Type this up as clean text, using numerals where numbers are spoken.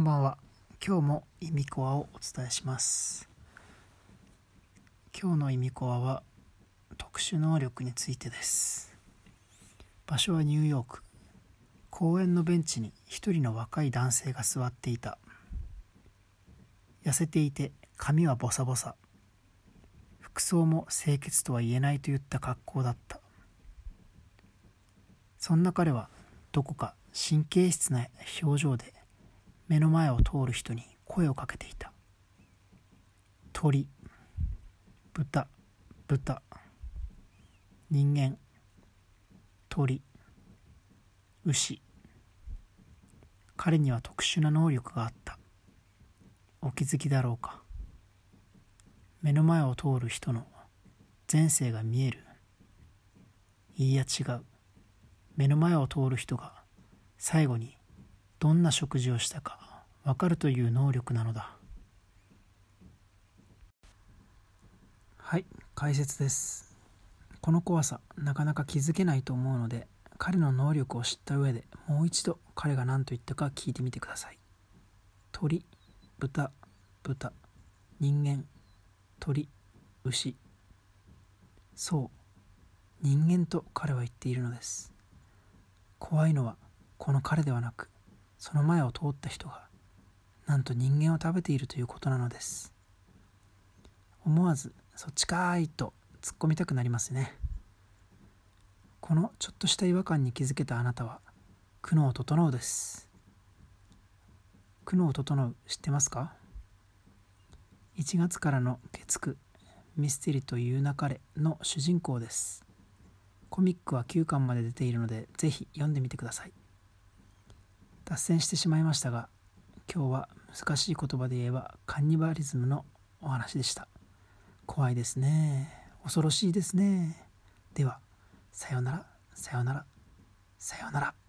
んばんは。今日もイミコアをお伝えします。今日のイミコアは特殊能力についてです。場所はニューヨーク。公園のベンチに一人の若い男性が座っていた。痩せていて髪はボサボサ。服装も清潔とは言えないといった格好だった。そんな彼はどこか神経質な表情で目の前を通る人に声をかけていた。鳥、豚、人間、鳥、牛。彼には特殊な能力があった。お気づきだろうか。目の前を通る人の前世が見える。いいや違う。目の前を通る人が最後にどんな食事をしたか分かるという能力なのだ。はい、解説です。この怖さ、なかなか気づけないと思うので、彼の能力を知った上でもう一度彼が何と言ったか聞いてみてください。鳥、豚、人間、鳥、牛。そう、人間と彼は言っているのです。怖いのはこの彼ではなく、その前を通った人がなんと人間を食べているということなのです。思わずそっちかーいと突っ込みたくなりますね。このちょっとした違和感に気づけたあなたは久能整です。久能整知ってますか？1月からの月9ミステリというなかれの主人公です。コミックは9巻まで出ているのでぜひ読んでみてください。脱線してしまいましたが、今日は難しい言葉で言えばカンニバリズムのお話でした。怖いですね。恐ろしいですね。では、さようなら。